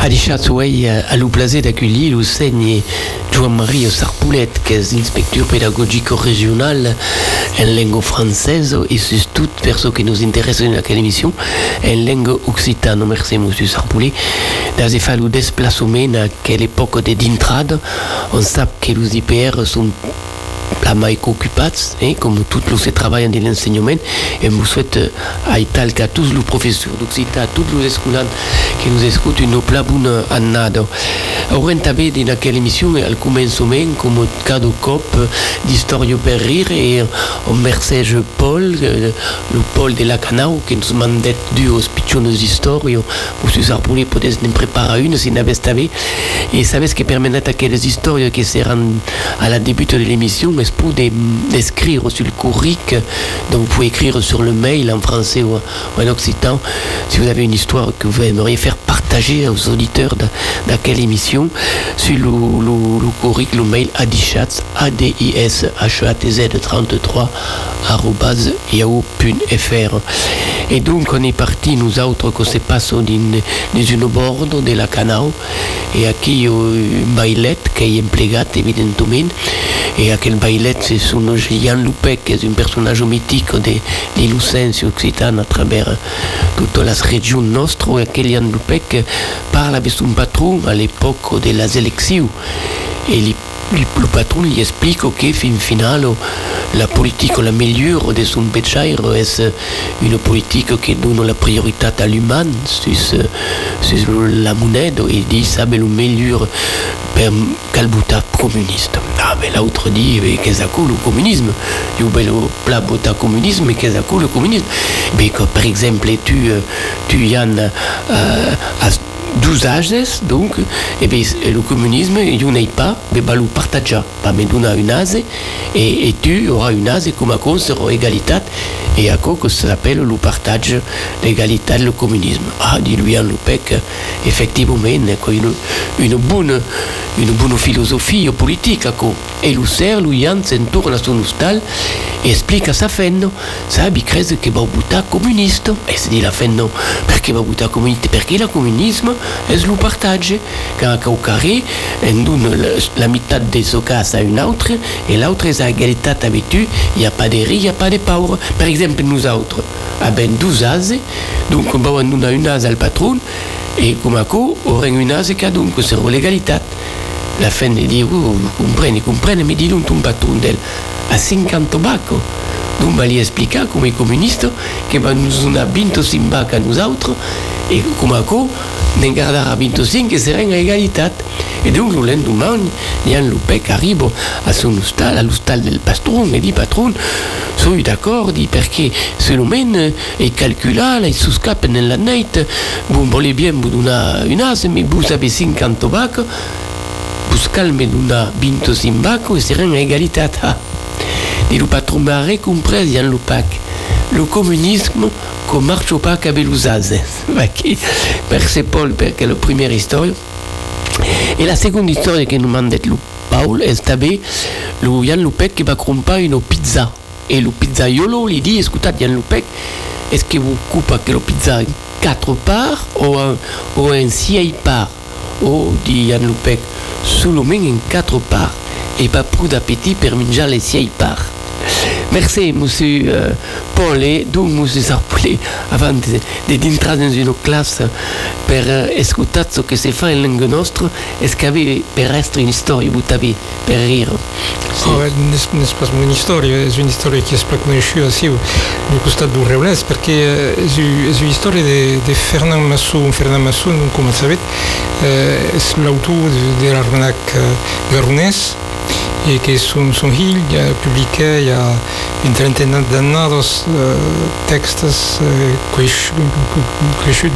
Adichatouei a lo plaisir d'accueillir l'enseigne Joan-Marie Sarpoulet, qui est inspecteur pédagogique régional en langue française et surtout, perso qui nous intéresse dans cette émission, en langue occitane. Merci, monsieur Sarpoulet. Dans ce fait, le déplacement à quelle époque de d'intrade, on sait que les IPR sont la maille occupate, comme tous les travailleurs de l'enseignement, et je souhaite à Ital qu'à tous les professeurs d'Occitane, à tous les étudiants qui nous écoutent, une pla bonne année. On a entamé dans quelle émission, al commencement, comme cas de cop d'histoire per rire, et on remercie Paul, le Paul de la Canau, qui nous mandait deux pichons d'histoire, et monsieur Sarpouli peut en préparer une, s'il n'avait pas. Et savez ce qui permet à quelles histoires qui seront à la début de l'émission, pour d'écrire sur le curric, donc vous pouvez écrire sur le mail en français ou en occitan si vous avez une histoire que vous aimeriez faire partager aux auditeurs de quelle émission sur le curric, le mail adishatz adishatz33 @yahoo.fr. Et donc on est parti nous autres que c'est passé dans une borde de la Canau et à qui une bailette qui est impliquée évidemment. Et à quel baillet c'est son Jean Lupec, qui est un personnage mythique de l'Ilucensi occitane à travers toute la région nostre, et à quel Jean Lupec parle avec son patron à l'époque de las élections. Et le patron lui explique que fin final la politique la meilleure de son péchaire est une politique qui donne la priorité à l'humain sur la monnaie, et dit ça c'est le meilleur per calbuta communiste. Ah mais l'autre dit qu'est-ce que le communisme, il y a le plat bota communisme, mais qu'est-ce que le communisme, mais que par exemple tu y en à 12 âges, donc, et bien, le communisme, il n'y a pas, mais le partage. Pas mais on a une âge, et tu auras une âge comme à cause de l'égalité, et à cause que ça s'appelle le partage, l'égalité, le communisme. Ah, dit lui en Lupec, effectivement, une bonne philosophie politique, et le cerf, lui, s'entourne à son hostal, et explique à sa fin, ça, il crée que va buter communiste. Et c'est dit la fin, non, parce qu'il va buter communiste, parce que le communisme, est le partage. Quand au carré, on donne la mitad de ce cas à une autre, et l'autre est à égalité avec tu, il n'y a pas de riz, il n'y a pas de pauvres. Par exemple, nous autres, avec 12 ases, donc on a une ase al patron, et comme à quoi, on a une ase qui a donc c'est l'égalité. La fin de dire, vous comprenez, mais dis-donc ton patron d'elle, à 50 bacs. Donc, on va lui expliquer comme les communistes que nous avons 25 bacs à nous autres, et comme à quoi, on gardera 25 qui seraient en égalité. Et donc, le lendemain, Yann Lupec arrive à son hostal, à l'hostal del patron, et dit, patron, soy d'accord, dit, parce que ce l'homme est calculé, il s'escape dans la nuit, vous voulez bien vous donner une as, mais vous avez 50 bacs, vous calmez donner 25 bacs, et seraient en égalité. Et le patron m'a compris, Yann Lupec, le communisme ne marche pas avec les ases. Merci Paul, parce que la première histoire. Et la seconde histoire que nous m'a dit Paul est le Yann Lupec qui va commander une pizza. Et le pizzaiolo lui dit, écoutez Yann Lupec, est-ce que vous coupez la pizza en 4 parts ou en 6 parts? Oh, dit Yann Lupec, seulement en 4 parts. Et pas plus d'appétit pour manger les 6 parts. Merci, monsieur Paul, et donc, monsieur Sarpoulet, avant d'entrer dans une classe pour écouter ce que se fait en langue nostre, est-ce qu'il y avait per reste une histoire, vous avez per rire? Non è pas une histoire, c'est une histoire qui est connue aussi au costat du Reulès, parce que c'est une histoire de Fernand Masson, comme vous savez, c'est l'auteur de l'almanach Garonès, et que son fils a publié il y a une trentaine d'années textes cresciuti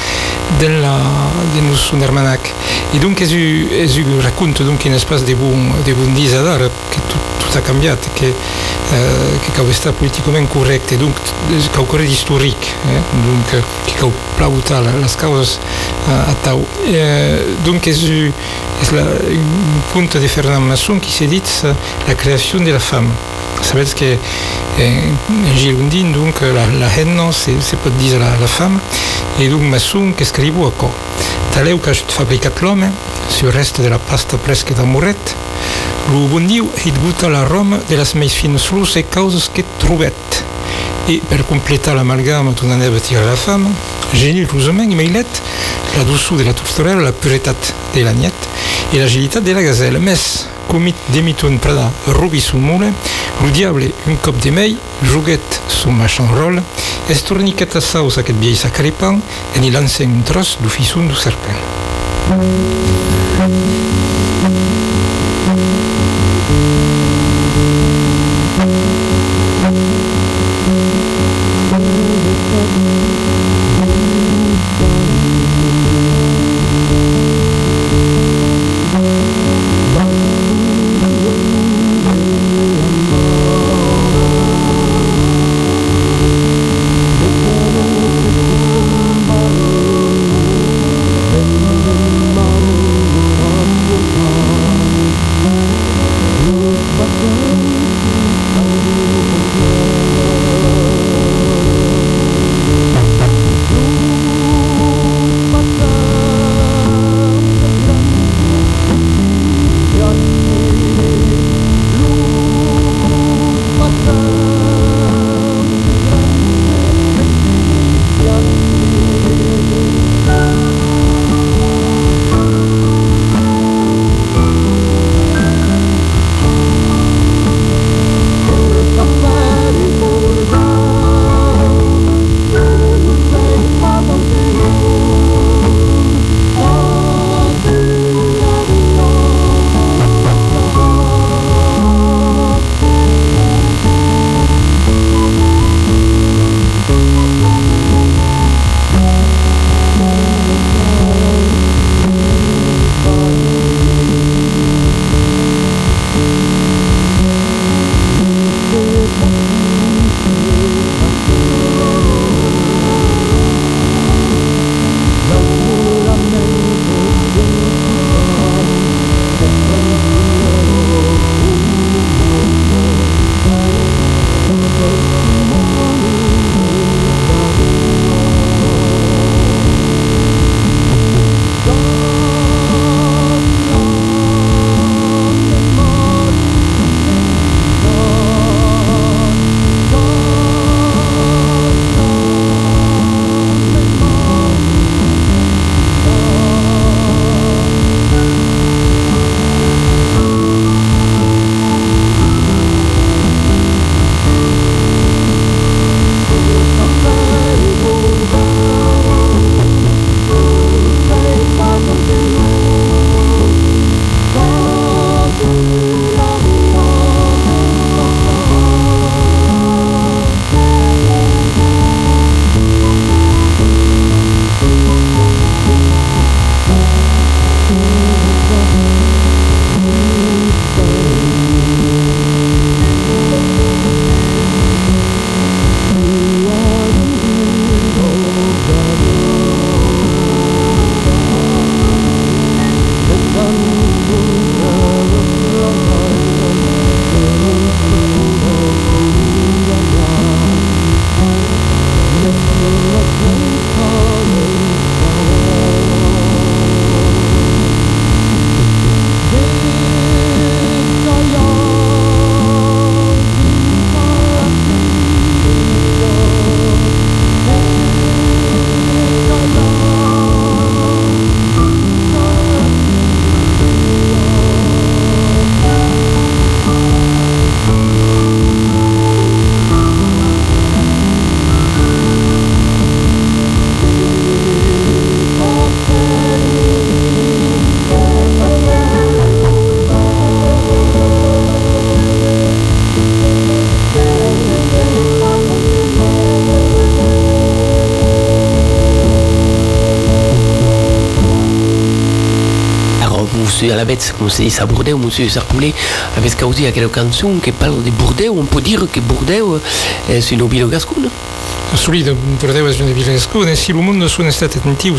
dans son almanach. Et donc, je raconte donc un espace de bon 10 ans que tout a changé, que c'est politiquement correct, et donc c'est encore historique, donc qui a plauté les causes à Tau. Donc, c'est un conte de Fernand Masson qui se dit la création de la femme. Vous savez que en girondine, donc, la reine, c'est pas dire la femme, e donc Masson che scrivo a co. Taleu che ha fabricat l'home, sul resto della pasta presque d'amoret, lo bon diu et guta la Rome de las meis finos lus e causes che trovet. Et per completar l'amalgame d'una neve tira la femme, genil rusement meilet la douceur de la tourterelle, la puretat de l'agnet et l'agilitat de la gazelle. Mes, comit demiton prada rubi sul mule, lo diable un cop de mei, juguet son machan rol, estorniquet a saus aquest viei sacrepan, en il lancen un tros du fissun du serpent. monsieur à la bête, comme c'est ça Bordeaux, monsieur Sarpoulé, avec aussi à quelle canzone qui parle de Bordeaux. On peut dire que Bordeaux est une ville gasconne. Assolì, Bordeaux è una villa gascone, sì, il mondo sono stati attentivi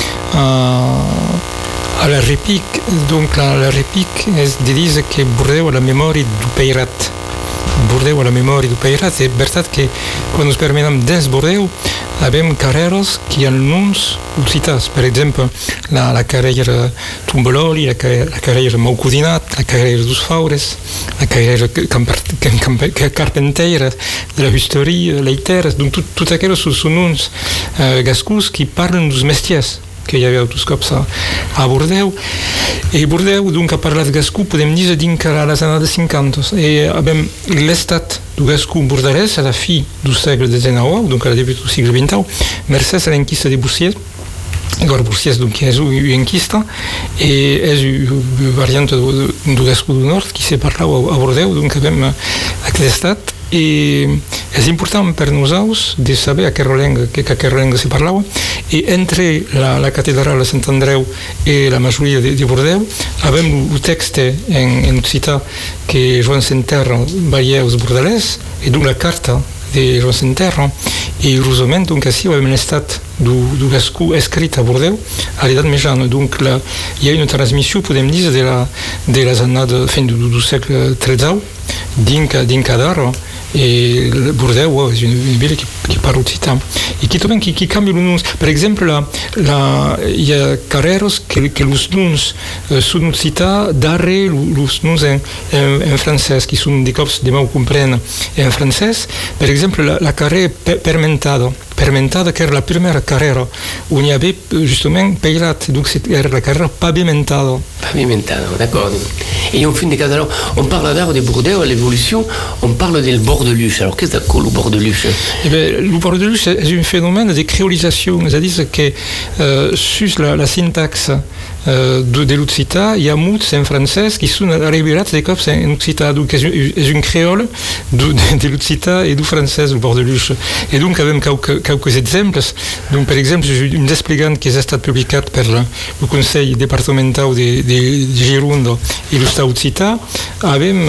alla repic, donc la repic è di dire che Bordeaux ha la memoria du Peirat. Bordeaux a la memòria du Pairat. És veritat que quan ens permetem dins Bordeaux avem carreres que han noms occitans. Per exemple, la carrera Tombololi, la carrera Maucudinat, la carrera dos Faures, la carrera Carpentera, de la Husteria, Leiteres. Donc, tot aquells són noms gascús que parlen dels mestiers que hi havia tots cops a Bordeaux. I Bordeaux, donc, ha parlat gascú, podem dir, dintre les années 50. I avem l'estat du gascú bordelès a la fi del segle XIX, donc a la début del segle XX, mercès a l'enquista de Boursiers. Agora, Boursiers, donc, és una enquista, i és una variant du gascú du nord que se parla a Bordeaux, donc avem aquest estat. I és important per nosaltres de saber a què lenga se parlava, i entre la catedral de Sant Andreu i la majoria de Bordeaux avem el text en occità que Joan Senterra veia als bordelès, i donc la carta de Joan Senterra, i curiosament donc així avem l'estat du gascú escrit a Bordeaux a l'edat mitjana. Donc hi ha una transmissió, podem dir, de les anades fin du segle XIII dins d'ara. Et Bordeaux és una vila que parla occità i que trobem que canvia els noms. Per exemple, hi ha carreres que els noms són occità darrere els noms en francès, que són de cops de mau comprenen en francès. Per exemple, la carrera Permentada, que era la primera carrera on hi havia justament Pairat, donc era la carrera pavimentada. Pavimentada, d'accord. Et en fin de cas, alors, on parle d'art de Bordeaux, à l'évolution, on parle del bordeluche. Alors, qu'est-ce que c'est le bordeluche? Eh bien, le bordeluche est un phénomène de créolisation, c'est-à-dire que sur la syntaxe de l'occità, hi ha mots en francès qui són revirats de cops en occità, donc és un creol de l'occità i du francès, el bordeluche. I donc avem quelques exemples. Donc, per exemple, un desplegant que ha estat publicat per el Consell Departamental de Gironda i l'Estat occità, avem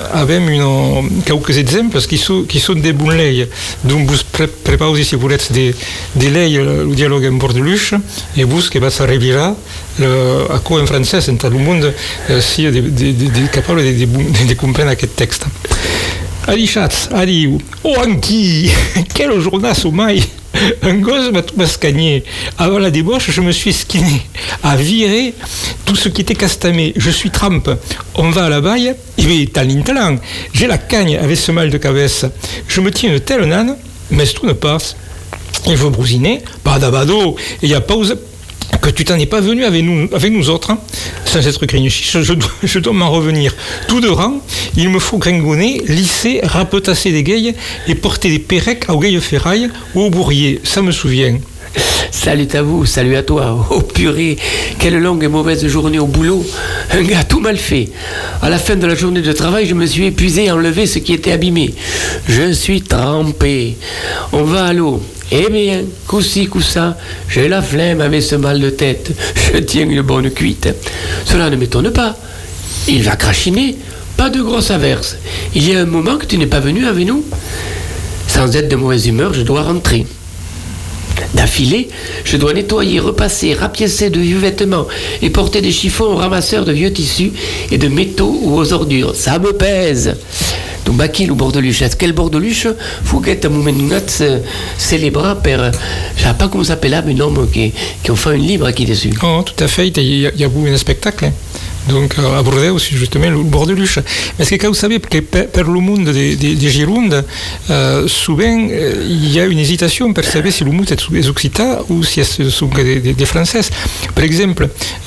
quelques exemples qui són de bon lei. Donc, vos prepausi, si volets, de lei el diàleg en bordeluche, i vos que vas a revirar a quoi en francès, en tot el món si capable de comprendre aquest text. Alixats, diu, Anqui, quel jornasso mai! Un gosse m'a scagné. Avant la débauche, je me suis esquiné à virer tout ce qui était castamé. Je suis trempe. On va à la baille, et bien, talent. J'ai la cagne avec ce mal de cabesse. Je me tiens une telle nane, mais tout ne passe. Il faut brousiner, badabado, et il y a pause. Que tu t'en es pas venu avec nous autres, sans être grignochiche, je dois m'en revenir. Tout de rang, il me faut gringonner, lisser, rapetasser des gueilles et porter des perrecs aux gueilles ferrailles ou au bourrier, ça me souvient. Salut à vous, salut à toi. Oh purée, quelle longue et mauvaise journée au boulot. Un gars tout mal fait. À la fin de la journée de travail, je me suis épuisé à enlever ce qui était abîmé. Je suis trempé. On va à l'eau. Eh bien, coup-ci, coup-ça, j'ai la flemme avec ce mal de tête. Je tiens une bonne cuite. Cela ne m'étonne pas. Il va crachiner. Pas de grosse averse. Il y a un moment que tu n'es pas venu avec nous. Sans être de mauvaise humeur, je dois rentrer. D'affilée, je dois nettoyer, repasser, rapiécer de vieux vêtements et porter des chiffons au ramasseur de vieux tissus et de métaux ou aux ordures. Ça me pèse. Donc, qui le bordeluche? Est-ce que le bordeluche, Fouquet, à moment célébra per, je ne sais pas comment s'appelle là, un homme qui a fait un livre qui est dessus. Oh, tout à fait, il y a eu un spectacle. Donc, à Bordeaux, c'est justement le bordeluche. Mais ce que vous savez, que per le monde de Gironde, souvent, il y a une hésitation pour savoir si le mot est occitan ou si ce sont des français. Par exemple,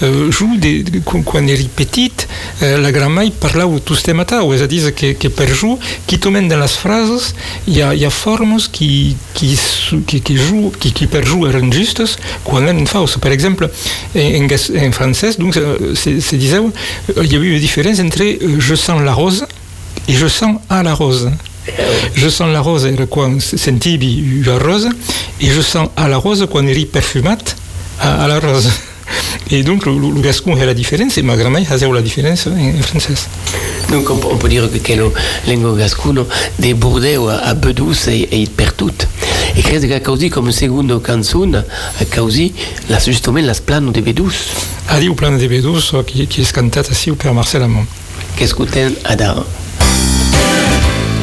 quand on est petit, la grand-mère parlait tout ce matin, c'est-à-dire que per jour, qui tomben dans les phrases, il y a formes qui per jour eren justes quan eren fausses. Per exemple, en français, donc, se disait il y a eu une différence entre je sens la rose et je sens à la rose. Je sens la rose quan sentivi la rose et je sens à la rose quan eri perfumat à la rose. Et donc le gascon a la différence et ma grand-mère a la différence en français. Donc on peut dire que la langue gascune de Bordeaux a peu douce et per tout. E credo che a causi come secondo canzone a causi justement la plano de Bedus. Adi o plano de Bedus qui è cantata sì per Marcel Amont. Che ascolten ad ara.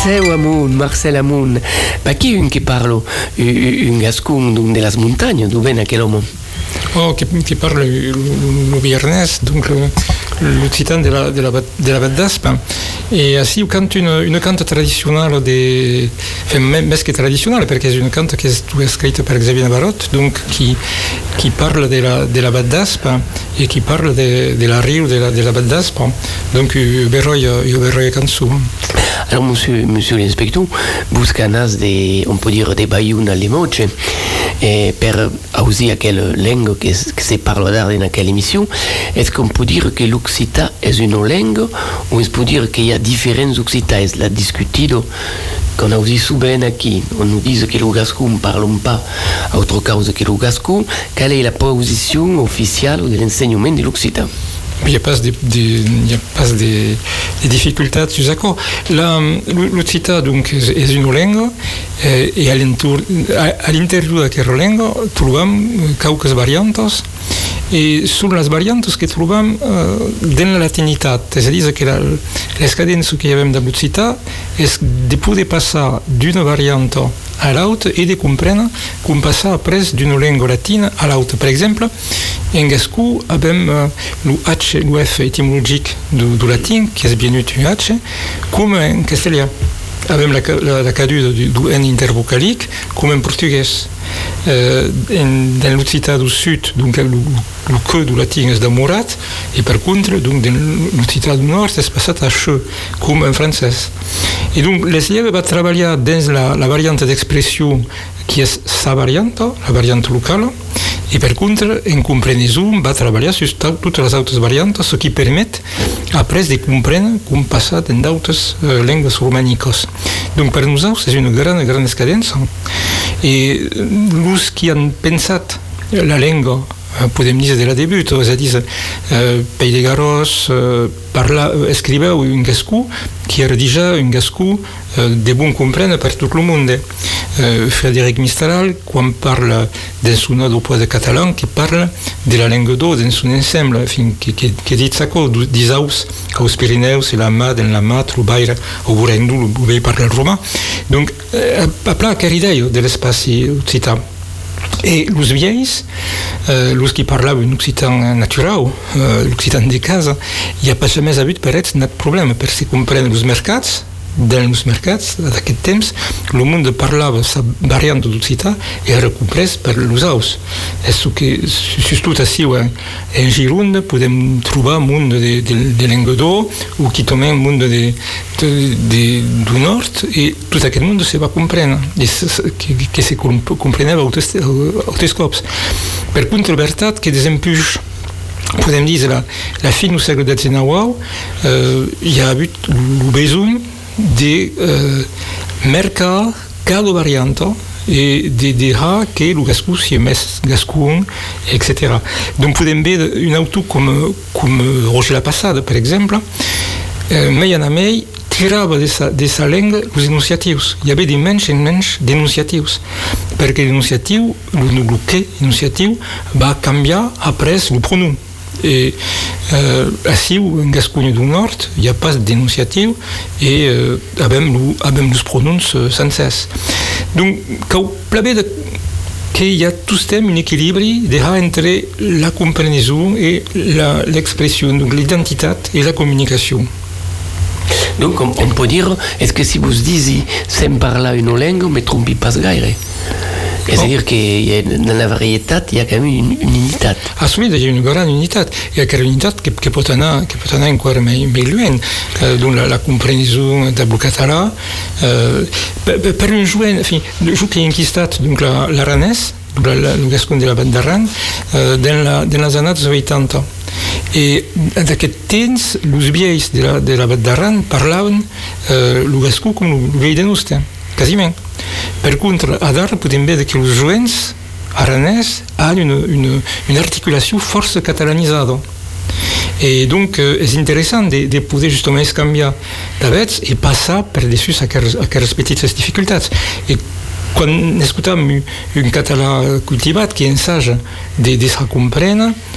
Marcel Amun. Ma chi è un che parlo un gascon de las montagne, d'où ven aquel homme? Oh, qui parle le Biarnès, donc l'occitan de la Val d'Aspa. Et ainsi, une cante traditionnelle, même que traditionnelle, parce que c'est une cante qui est écrite par Xavier Navarrote, donc qui parle de la Val d'Aspa et qui parle de la rive de la Val d'Aspa. Donc, Uberoi cançó. Alors, monsieur l'inspecteur, buscanas on peut dire, des bayounes à Limoges, et per aussi à quelle langue que se parle dans quelle émission, est-ce qu'on peut dire que l'occitan est une langue, ou est-ce qu'on peut dire qu'il y a différents occitans? Est-ce la discutido qu'on a aussi souvent ici? On nous dit que le gascon ne parle pas à autre cause que le gascon. Quelle est la position officielle de l'enseignement de l'occitan? Il n'y a pas de difficultés, tu sais quoi. L'occitan donc est une langue et à l'intérieur de cette langue, trouvons quelques variantes. Et sur les variantes que trouvons dans la latinitat, c'est-à-dire que les cadences que nous avons dans l'occitan est de pouvoir passer d'une variante à l'autre et de comprendre qu'on passe après d'une langue latine à l'autre. Par exemple, en gascon, nous avons le H, le F étymologique du latin, qui est bien un H, comme en castellan. Nous avons la cadude du N intervocalique, comme en portugais. Dans l'occitan du sud, donc le que du latin est demorat, et par contre, donc dans l'occitan du nord, c'est passé à che, comme en français. Et donc, les élèves vont travailler dans la variante d'expression qui est sa variante, la variante locale, et par contre, en comprenant, va travailler sur toutes les autres variantes, ce qui permet après de comprendre qu'on passe dans d'autres langues romaniques. Donc, pour nous, c'est une grande cadence. Et nous qui ont pensé la langue, podem dir de la début, c'est-à-dire Pays de Garros escrivait un gascon qui era déjà un gascon de bon comprendre par tout le monde. Frédéric Mistral, quand parle dans son œuvre de catalan, qui parle de la langue d'eau dans son ensemble, qui dit ça, disaus, aux Pyrénées, c'est la ma, dans la ma, trobaire, au Bourendou, vous pouvez parler le roman. Donc, à plein d'idées de l'espace occitan. Et les vieilles, les qui parlaient un occitan naturel, l'occitan de casa, il n'y a pas jamais eu de problème, parce que comprennent les mercats. Dans les mercats, à aquest temps, le monde parlava sa variante d'occitan et era comprès per les autres. És que, surtout ici, en Gironde, podem trobar un monde de Languedoc, ou qui tombe un monde du nord, et tout aquest monde se va comprendre, que se comprenait a altres cops. Per contre, la veritat que desempuix podem dir, la fin du segle XIX, hi ha hagut el besoin de marcar cada variante et de dire que le gascon c'est més gascon, etc. Donc podem veure un autor com Roger Lapassade, per exemple, mai en mai tirava de sa langue els enunciatius. Hi havia de menys en menys d'enunciatius, perquè l'enunciatiu, el que enunciatiu, va canviar après le pronom. Et ainsi, en Gascogne du Nord, il n'y a pas d'énonciatif et avec les pronoms sans cesse. Donc, quand qu'il y a tout ce temps un équilibre entre la compréhension et l'expression, donc l'identité et la communication. Donc, on peut dire, est-ce que si vous dites, c'est parler une langue, mais trompez pas gaire? C'est-à-dire que dans la variété, il y a quand même une unité. Assolutament, il y a une grande unité. Il y a une unité qui peut anar encore més lluny. Donc la compréhension du català. Per un jouen, enfin, le jour qui a enquistat l'aranès, le gascon de la Val d'Aran, dans les années 80. Et d'aquest temps, les vieilles de la Val d'Aran parlaven le gascon com el vell de nostre, quasiment. Per contre, ara podem veure que els joves aranès han une articulació força catalanitzada. Et donc, c'est intéressant de pouvoir justement canviar d'habits et passar per dessus aquestes petites dificultats. Et quan escoltam un català cultivat qui ensage de se comprendre,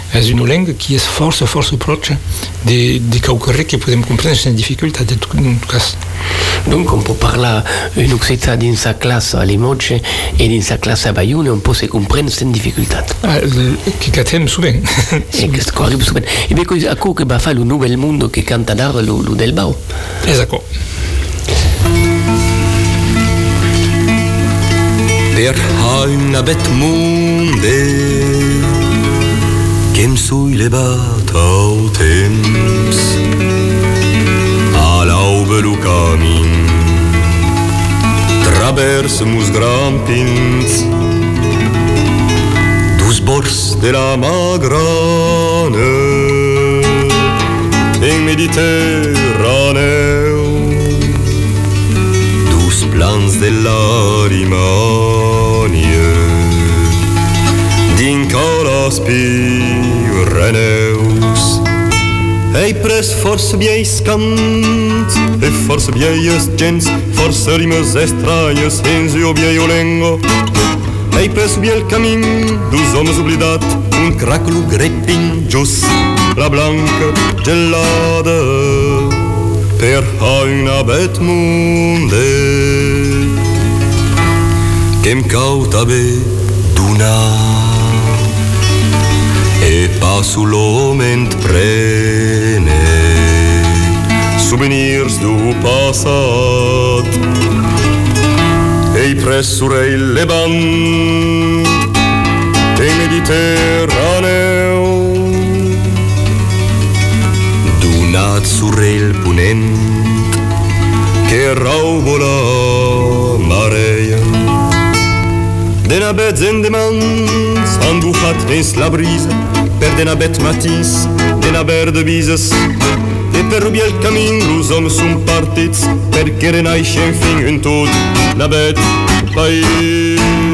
és una llengua qui és força proche de qualque que podem comprendre sense dificultat en tot cas. Donc on peut parler en occitan dans sa classe à Limoges et dans sa classe à Bayonne, on peut se comprendre sans difficulté. Que catem souvent. Et que ça arrive souvent. Et bien à quoi que va faire le nouvel monde que canta d'art le del Bau. Exactement. Per hauna bet munde qu'em sui levat au temps a l'aube lo camin travers mus grampins dus bors de la Magrane en Mediterraneu dus plans de l'Arimanie din calas Pyreneus ei pres força vieis cants e força vieies gens força rimes estranyes en io vieio lengo ei pres viel camin dus homes oblidat un cracolo grepin just la blanca gelada per haina bet munde qu'em cauta be donar e passo l'oment prene souvenirs du passat ei pressurei levant e Mediterraneu donat surrel ponent che raubola marea de nabets endemans embuchat dins la brisa per de nabet matins de naber de vises e per rubiar el camin los homes són partits perquè renaixen fin en tot nabet país.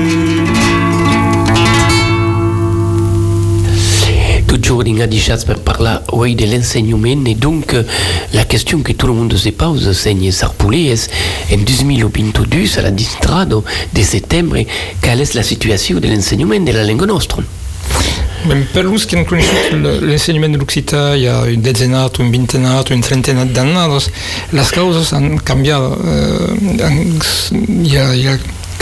Toujours on a dit pour parler oui, de l'enseignement et donc la question que tout le monde se pose, Seigneur Sarpouli, est en 2022, à la distrado de septembre, quelle est la situation de l'enseignement de la langue nostra? Per los che hanno conosciuto l'insegnamento dell'Occità, il y a un dezzenato, un vintenato, un trentenato d'anni, le cose hanno cambiato. Il y a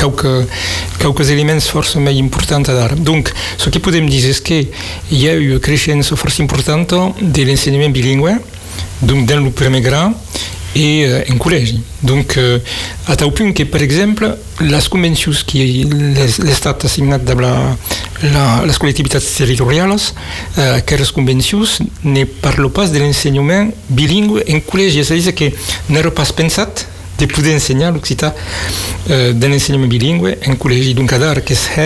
quelques éléments forse més importants a dar. Donc, ce que podem dir és que hi ha una creixença força important de l'ensenyament bilingüe, donc dans le primer grau et en col·legi. Donc, a tal punt que, per exemple, les convencions que l'Estat ha signat de les col·lectivitats territorials, aquestes convencions ne parlen pas de l'ensenyament bilingüe en col·legi, és a dir, que no era pas pensat de poder ensenyar l'occità de l'ensenyament bilingüe en col·legi. Donc, ara que és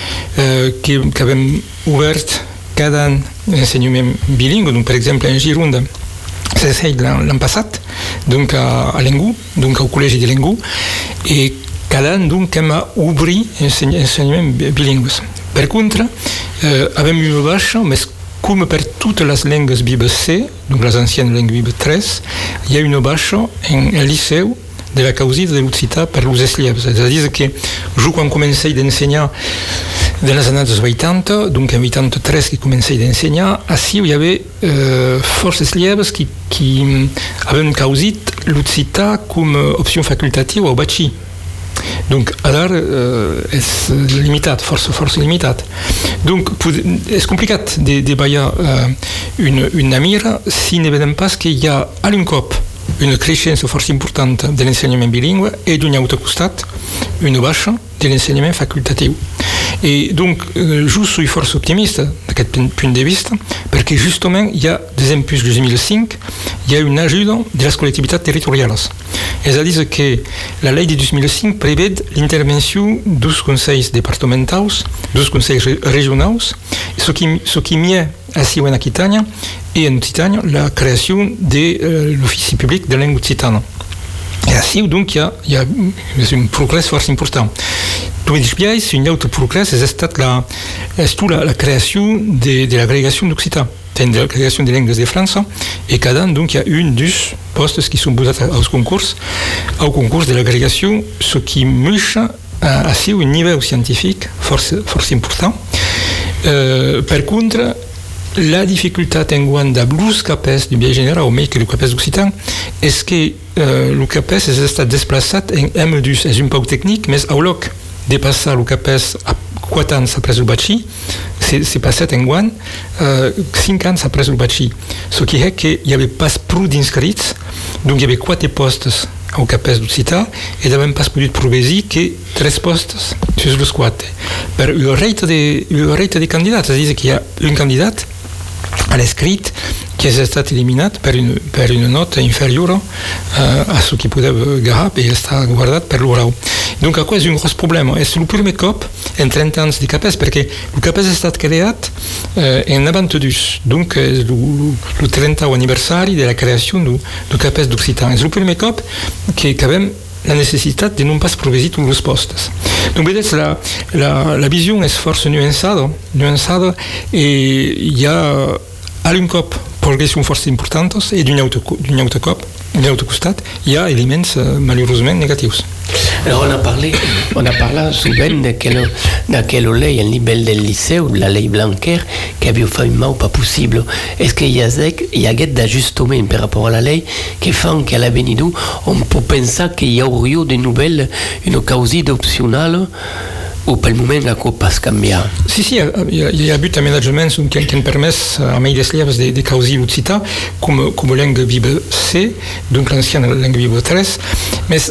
que hem obert cada any l'ensenyament bilingüe, donc, per exemple, en Gironda, s'ha fet l'any passat, donc, a l'Engú, donc, al col·legi de l'Engú, i cada any, donc, hem obrit ensenyament bilingües. Per contra, hem una baixa, més com per totes les llengües vives C, donc les anciennes llengües vives 3, hi ha una baixa en el liceu de la causita de l'occità per los eslèves. És a dir, que jo quan comencé d'ensenyar de les années 80, donc en 83 que comencé d'ensenyar, així hi havia força eslèves que havien causit l'occità com a opció facultativa au batxí. Donc, ara és limitat, força limitat. Donc, és complicat de veure una mira si ne vedem pas que hi ha a un cop una creixença força important de l'ensenyament bilingüe i d'un altre costat una baixa de l'ensenyament facultatiu. Et donc, je suis força optimista d'aquest punt de vista perquè justament hi ha, des d'empús de 2005, hi ha una ajuda de les col·lectivitats territorials. És a dir, que la llei de 2005 prevé l'intervenció dels consells departamentals, dels consells regionals, ce qui m'hi així en Aquitània i en Occitània la creació de l'ofici públic de llengua occitana. Et ainsi, donc, il y a un progrès força important. Tu dis bien, c'est un autre progrès, c'est la création de l'agrégation d'Occità, de l'agrégation des langues de France, et cada an, donc, il y a un des postes qui sont posés au concours de l'agrégation, ce qui mouche assez un niveau scientifique force important. Per contre, la dificultat enguan da blus capes du bien general o mai que le capes d'occitan és que le capes és estat desplaçat en M2, és un poc tècnic, mais au loc de passar le capes a 4 ans après le batxi, c'est passat enguan 5 ans après le batxi, ce qui est que hi havia pas prou d'inscrits, donc hi havia 4 postes au capes d'Occità e n'avem pas pogut provesir que 3 postes sur les 4. Per el rate de candidats, és a dir, que hi ha un candidat a l'escrit que ha estat eliminat per una nota inferior a ce que podeu agarrar i està guardat per l'orau. Donc, això és un gros problema. És el primer cop en 30 anys de CAPES, perquè el CAPES ha estat creat en 92. Donc, és el 30è aniversari de la creació del CAPES d'Occità. És el primer cop que acabem la necessitat de non pas provesir tots els postes. Donc, vedeți, la visió és força nuançada i hi ha algun cop progressions força importantes i d'un altre costat hi ha elements malheureusement negatius. Alors on a parlé souvent d'aquella lei al nivell del liceu, la lei Blanquer, que havia fait un mal pas possible. Est-ce qu'il y a d'ajustement par rapport à la lei que fan qu'à l'avenir on peut penser qu'il y aurait de nouvelles, une causide optionnelle o pel moment la copa es canvia? Sí, hi ha hagut aménagements que han permès a mai des lleves de causir l'occità com langue viva C, donc l'ancienne langue viva 3, mais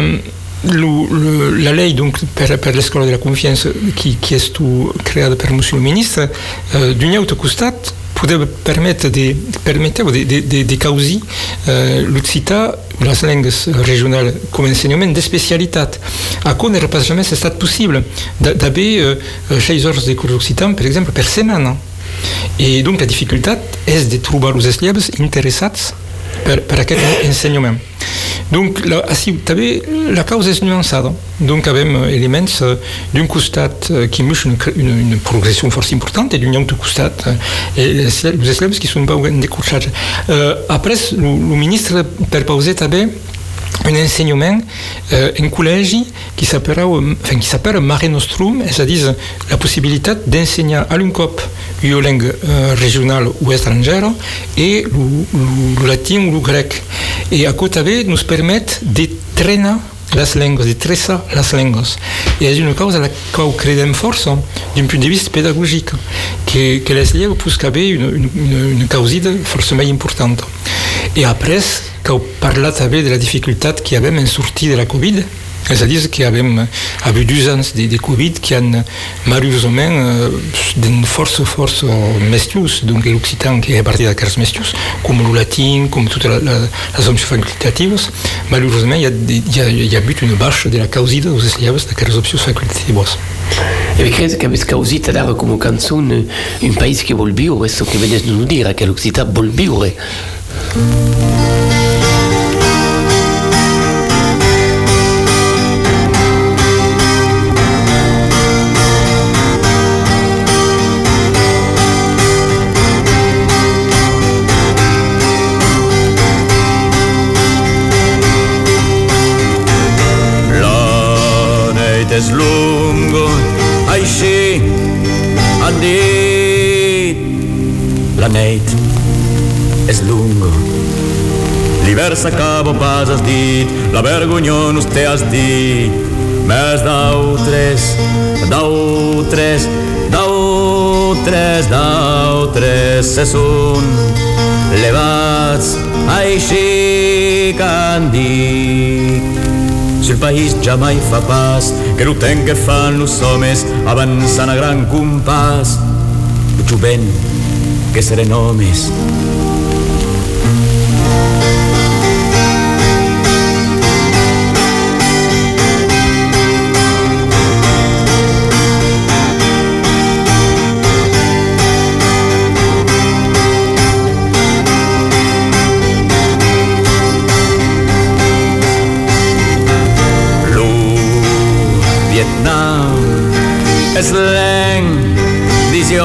la lei donc, per l'escola de la confiança qui est creada per monsieur le ministre, d'un altre costat permeteu de causir l'occità, les langues regionals com a ensenyament d'especialitat. Això no pas jamais estat possible d'haver 6 hores de curs d'occitan, per exemple, per setmana. I donc la dificultat és de trobar els lleves interessats per aquest ensenyament. Donc, també la causa és nuançada. Donc, avem elements d'un costat qui mostren una progressió força important i d'un altre costat els eleves que són en decurxatge. Après, el ministre perpausé també un ensenyament en col·legi qui s'appelle Mare Nostrum, és a dir, la possibilitat d'ensenyar a un cop una langue regional o estrangera i el latí o el grec. I això també ens permet de trenar les llengües, de traçar les llengües. I és una cosa que ho credem força d'un punt de vista pedagògic, que les llengües poden haver una causida força més important. I après, que heu parlat també de la dificultat que avem en sortir de la Covid, és a dir, que avem hagut 2 anys de Covid que han malheureusament força mestius, donc l'occitan que és partit d'aquests mestius, com el latí, com totes les opcions facultatives, malheureusament hi ha hagut una baixa de la causida dels lleves d'aquestes opcions facultatives. E credo che questa causita dare come canzone un paese che vuol vivere, questo che vedete non dire, che l'Occità vuol vivere. És lungo, així han dit. La nit és lungo, l'hivern s'acaba pas has dit, la vergonya no te has dit. Més d'altres se són levats, així que han dit. Si el país ja mai fa pas, que el temps que fan els homes avançant a gran compàs, el jovent que seren homes. És l'endició.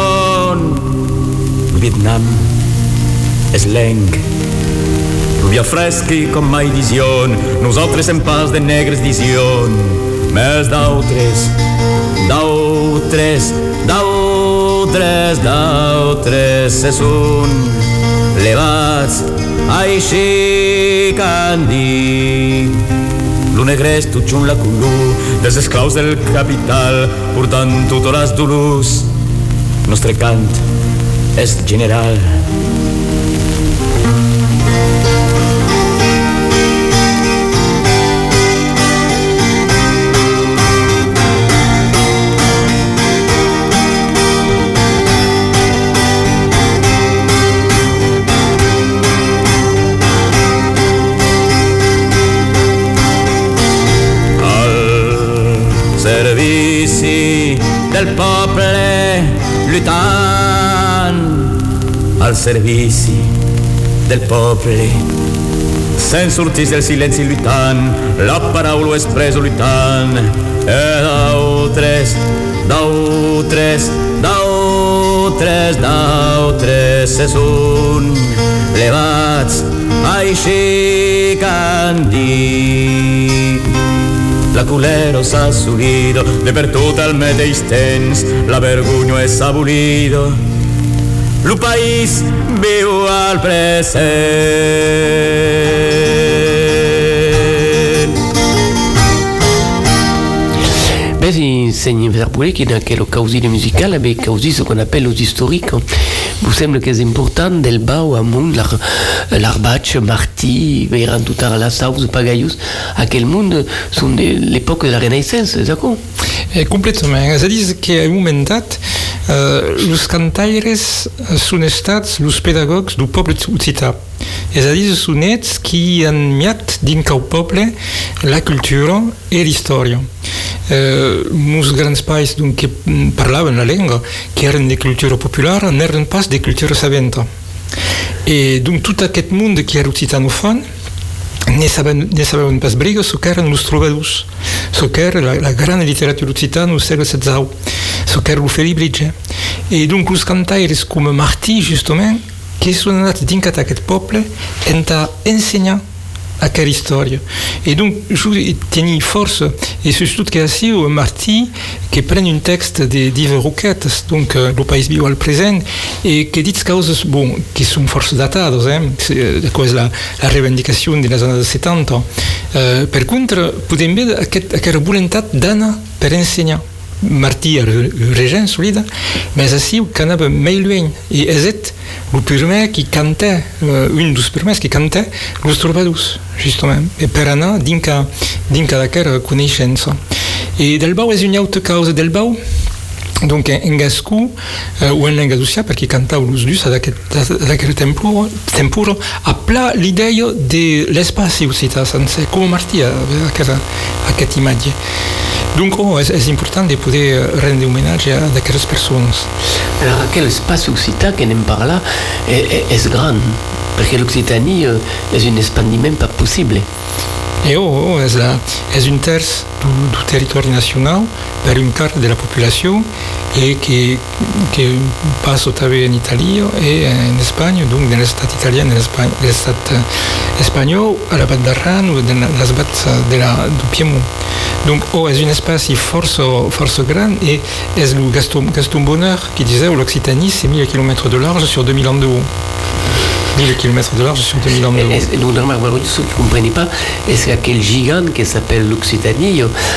Vietnam és leng. Rubia fresqui com mai dision. Nosaltres en pas de negres dision. Més d'altres d'altres se són levats així candí. Lo negrès tot junt la color dels esclaus del capital, portant totes les dolors. Nostre cant és general. Del poble lluitant, al servici del poble, sense sortir del silenci lluitant, la paraula expressa lluitant, d'altres se són levats així candí. La culero s'ha assolito de per tot el mateix temps, la vergonya és abolido, lo país viu al present. Ben, c'est Verzerbourg qui, dans quelle causie musicale, avait causé ce qu'on appelle aux historiques. Vous semble que c'est important, del bau, amunt, l'Arbach, Martí, Veiran, tout à la Saus, Pagaius, à quel monde sont de l'époque de la Renaissance, d'accord? Complètement. C'est-à-dire qu'à un moment donné, los cantaires són estats los pedagogs du poble occità. És a dir, són ells qui han miat dins el poble la cultura i la història. Molts grans països que parlaven la llengua, que eren de cultura popular, n'eren pas de cultura sabenta. I donc tot aquest món que era occitanofon ne sabeven pas briga so que eren los trobadors, so que era la gran literatura occitana al segle XVI, so que era l'Ofeli i donc los cantaires com Martí, justament, que són anats dins d'aquest poble a ensenyar aquella història. I donc, je tenia força, i surtout que així, Martí, que pren un text d'Yves Roquetes, donc el país viu al present, i que dit causes, bon, que són força datades, és la reivindicació de les anys 70. Per contra, podem veure aquesta voluntat d'anar per ensenyar. Martí era regent solida, mais així que anava més lluny, i és el primer qui canta, un dels primers qui canta los trobadors, justament, per anar dins d'aquesta coneixença. I del bau és una altra causa del bau, donc en gascú o en gaducià, perquè cantava los dus d'aquest tempura, apla l'idea de l'espai occità sencer, com Martí aquesta imatge. Donc, és important de poder rendre homenatge a d'aquestes persones. Alors, quel espace occitan que n'aime par là est grand, parce que l'Occitanie est un expandiment pas possible. Et és un terç du territori nacional per un quart de la populació i que passa també en Itàlia i en Espanya, donc de l'estat italià, de l'estat espanyol, a la Val d'Aran o de les vats du Piemont. Donc, és un espai força gran i és el Gaston Bonheur qui disait que l'Occitanie c'est 1000 km de large sur 2000 ans de haut. 1000 km de large sur 2000 ans de haut. Donc, normalement, ce que vous ne comprenez pas, est-ce que quel gigant qui s'appelle l'Occitanie,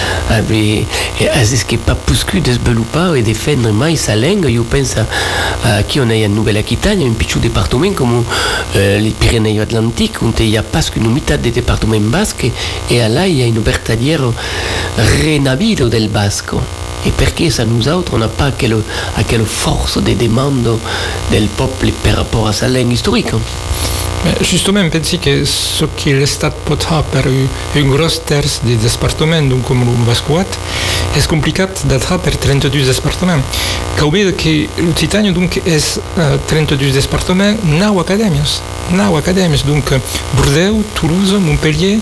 est-ce qu'il n'est pas possible de se belouper et de défendre mais sa langue? Je pense à qui on a en Nouvelle-Aquitaine, un petit département comme les Pyrénées Atlantiques, où il y a presque une mitad de département basque, et là, il y a une bertadière renaviro del basco. Et perché ça nous autres, on n'a pas quelle force de demande del peuple par rapport à sa langue historique. Justement, pensi que ce que l'Estat pot fer per un gros terç de departaments, donc com el Bascuat, és complicat d'entrar per 32 departaments. Cal veure que l'Occitània donc, és 32 departaments, 9 acadèmies, donc Bordeaux, Toulouse, Montpellier,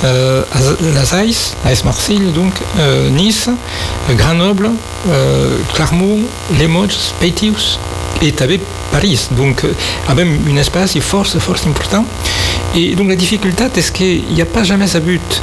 Les Ais, Aix-Marseille, donc Nice, Grenoble, Clermont, Limoges, Poitiers et també Paris. Donc, avem un espai força important. Et donc, la difficulté és que hi ha pas jamais hagut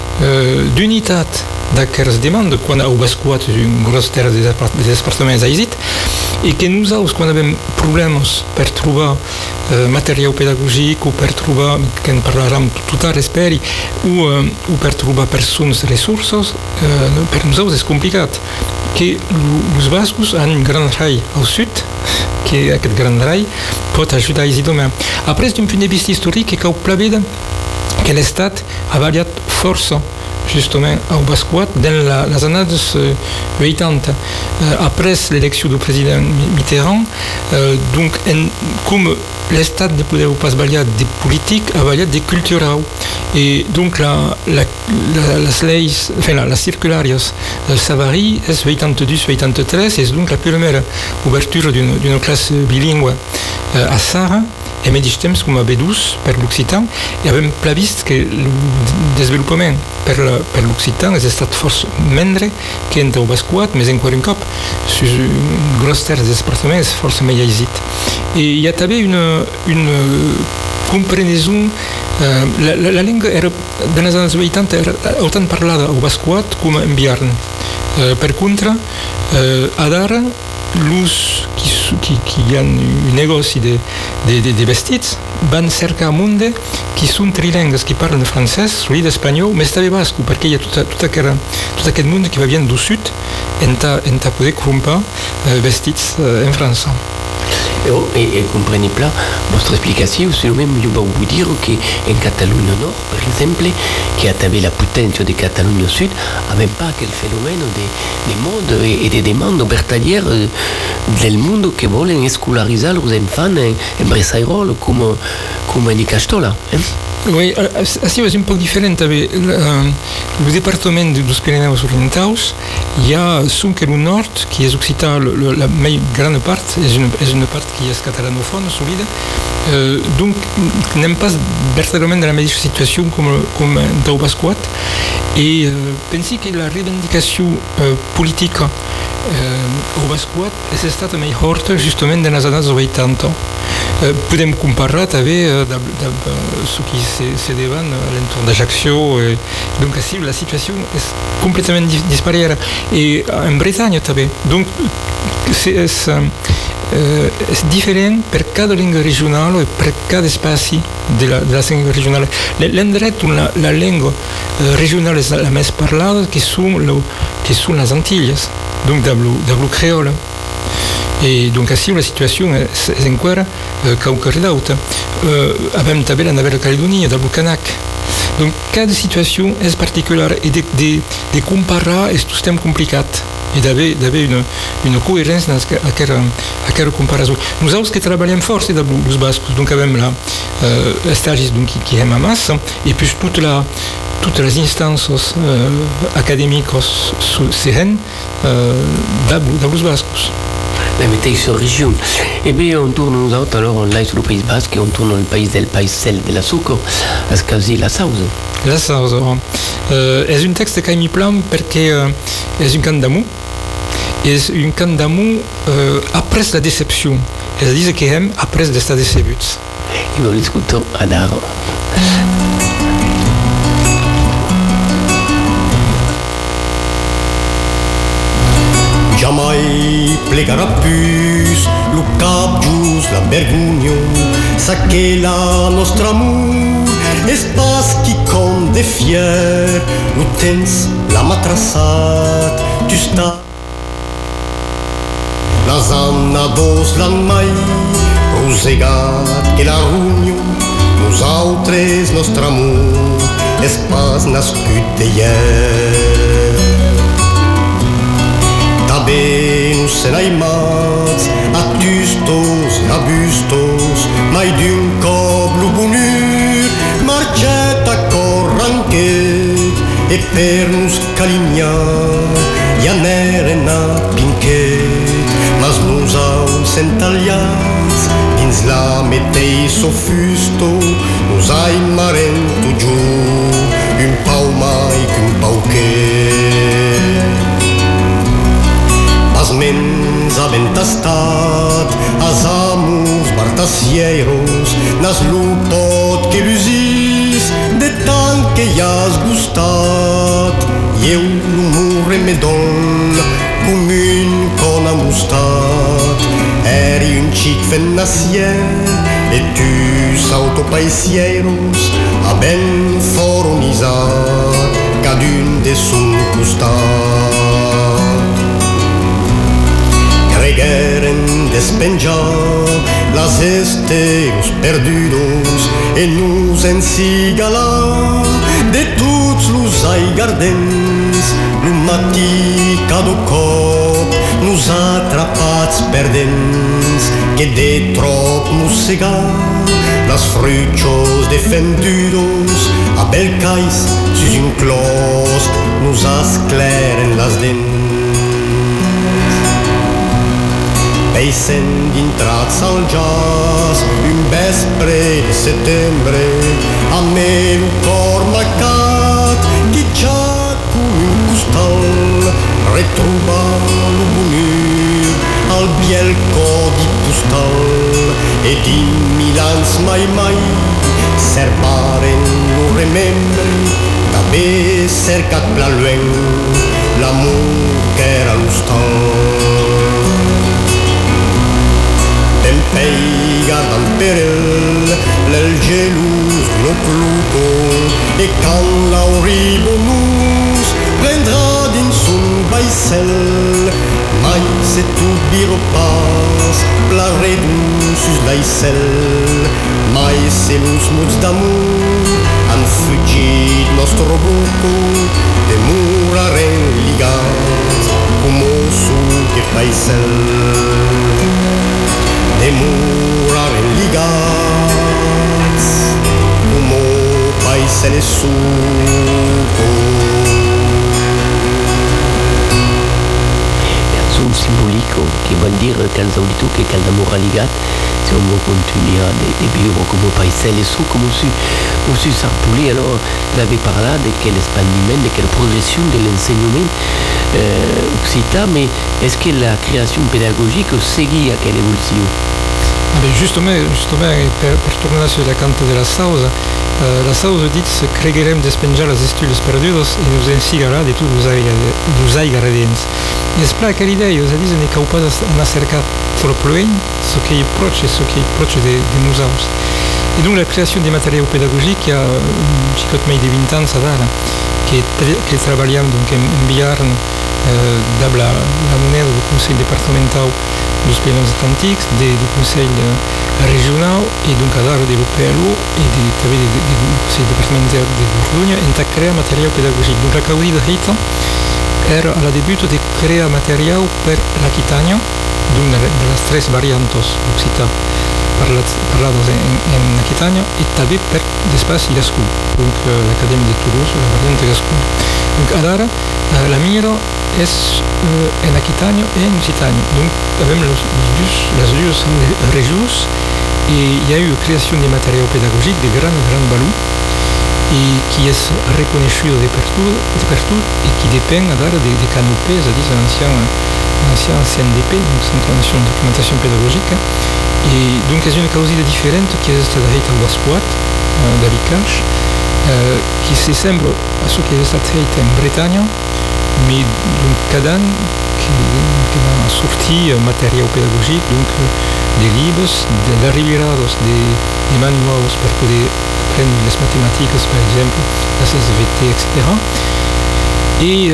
d'unitat d'aquestes demandes quan heu bascuat un gros terç de departaments ha existit e che noi quando abbiamo problemi per trovare materiale pedagogico, per trovare, che ne parleremo tutto speri, o per trovare persone, risorse, per noi è complicato. Che os bascos hanno un gran rai al sud, che aquest gran rai pot ajudar a aquest domaine. Après, d'un punt de vista historique, cal prevede que l'Estat ha variat força justement au Bascoat dans les années 80. Après l'élection du président Mitterrand, donc, comme l'Estat ne pouvait pas varier des politiques, a varié des culturaux. Et donc la circularios Savary est 82-83, c'est donc la première ouverture d'une classe bilingue à Sara. E al mateix temps, com a B2 per l'occitan, i avem previst que el desenvolupament per l'occitan és estat força mentre que entre el bascuat, més encara un cop, sus gros terres d'espartaments força més llegit. I hi ha també una compreneson, la llengua era, dans les anys 80 era autant parlada al bascuat com en Biarn. Per contra, adara, l'ús qui ha un negoci de vestits van cercar monde qui són trilengues, qui parlen francès, solid espanyol, més també basco, perquè hi ha tot aquest món que va venir du sud en poder comprar vestits en França. Et comprenez pas votre explication, c'est le même, je vais vous dire qu'en Catalogne Nord, par exemple, qui avait la potence de Catalogne Sud, n'avait pas quel phénomène de mode et de demandes bertalières del monde qui voulaient scolariser leurs enfants en Bressairol comme en Castola. Oui, així és un poc diferent. El departament dels Pirineus Orientals hi ha Sunker al nord, que és occità, la més gran part, és una part que és catalanofona, solida. Donc, n'hem pas verdaderament de la mateixa situació com del Bascuat. I pensi que la reivindicació política au Bascuat és estat més forta justament dans les années 80. Podem comparar també ce qui se devan a l'entorn d'Ajaccio. Donc, així, la situació és completament disparada. I en Bretanya també. Donc, és diferent per cada llengua regional i per cada espai de la llengua regional. L'endret on la llengua regional és la més parlada, que són les Antilles, donc del creole. Et donc ainsi la situation est encara caucare d'autre. Avem també la Nouvelle-Calédonie, del Canac. Donc cada situació és particular i de comparar és tot temps complicat i d'haver una coherència en aquesta comparació. Nosaltres que treballem força dels bascos, donc avem estagis que hem a massa i puis toutes les instances académiques seren dels bascos. La mateixa région. Eh bien, on tourne nous autres, alors on l'aille sur le Pays Basque et on tourne le pays del païsel de la sucre, à ce quasi la sauce. La sauce. És un texte que m'hi plau perquè és un cant d'amour. És un cant d'amour après la déception. És a dir, que hem après d'estar decebuts. I nous l'écoutons à Daro. Jamais plegarà plus lo cap just la vergogna, sa che la nostra amor es pas qui com de fier, lo temps l'ha matrassat, tu sta. Las annados l'han mai rosegat que la rugno, nosaltres nostre amor es pas nascut de hier. També nos en aimats, atustos e abustos, mai d'un cop lo bonur, marchet a corranquet, e per nos calignar, i aneren a pinquet, mas nos aus entagliats, dins la meteiso fusto, nos aimaren tot giù, un pau mai qu'un pauquet. Mens havent tastat as amors bartacieiros nas lupot que lusis de tant que hi has gustat i eu l'humor me don com un con amostat eri un cic fennassier e tu s'autopaisieros a ben foronizar cadun de sun costat. Cregueren despenjar las esteros perdudos e nos ensigalar de tots los aigardents lo matí cada cop nos atrapats perdents que de trop mossegar las fruchos defendudos a belcais sus un clos nos ascleren las dents. Peisen d'intrats al jazz un vespre de setembre a me lo cor marcat che già come un costal retruba lo bonur al biel codi postal ed in Milans mai serbaren lo remembre d'haver cercat plan lueng l'amor qu'era lo stal. Tempei guardant per l'el gelus no cluco e can l'auribonus prendrà din son baissel mai se tu biro pas plaredun sus l'aissel mai se los mots d'amor han fugit nostro buco de muraren ligats como su che baissel de muraren ligats como paisele suco. Sul simbolico che vuol dire che il audito che il amore ligat se on va continuer de vivre comme paisele su comme su Sarpouli alors il avait parlé de quel expandiment de quelle progression de l'enseignement occitan mais est-ce que la création pédagogique seguit à quelle évolution? Justement per tornare sulla canta della Sausa, la Sausa dice cregherem despenjar las estudios perdudos e nos ensigarà de tous los aigardents. E spera che l'idea, os dice ne caupadas na cerca troploen, ce qui est proche de nous. Et donc la création des matériaux pédagogiques, il y a un petit peu de 20 ans, ça va, qui travaillons donc en Biarn, dans la monnaie du conseil départemental dos Pays Atlantiques, du conseil régional et donc à l'art de l'OPLO et du conseil départemental de Bourgogne, on a créé un matériau pédagogique. Donc la causa de Rita era al début de créer un matériau per l'Aquitania, donc de las tres variantes d'Occitan parlados en Aquitania et també per l'espace Gascon, donc l'Académie de Toulouse, la variante Gascon. Donc alors, la miro es en Aquitania et en Occitanie. Donc avem les deux régions et il y a eu création de matériaux pédagogiques de grand valeur et qui est reconnu de partout et qui dépend des canopées, c'est-à-dire l'ancien CNDP, donc Centre National de Documentation Pédagogique. Et donc c'est une cause différente qui est faite au Basquat, d'Alicante, qui s'assemble à ce qui est fait en Bretagne, mais donc cada an qui a sorti matériaux pédagogiques, donc des livres, des derivats, des manuels pour pouvoir apprendre les mathématiques, par exemple, la SVT, etc. Et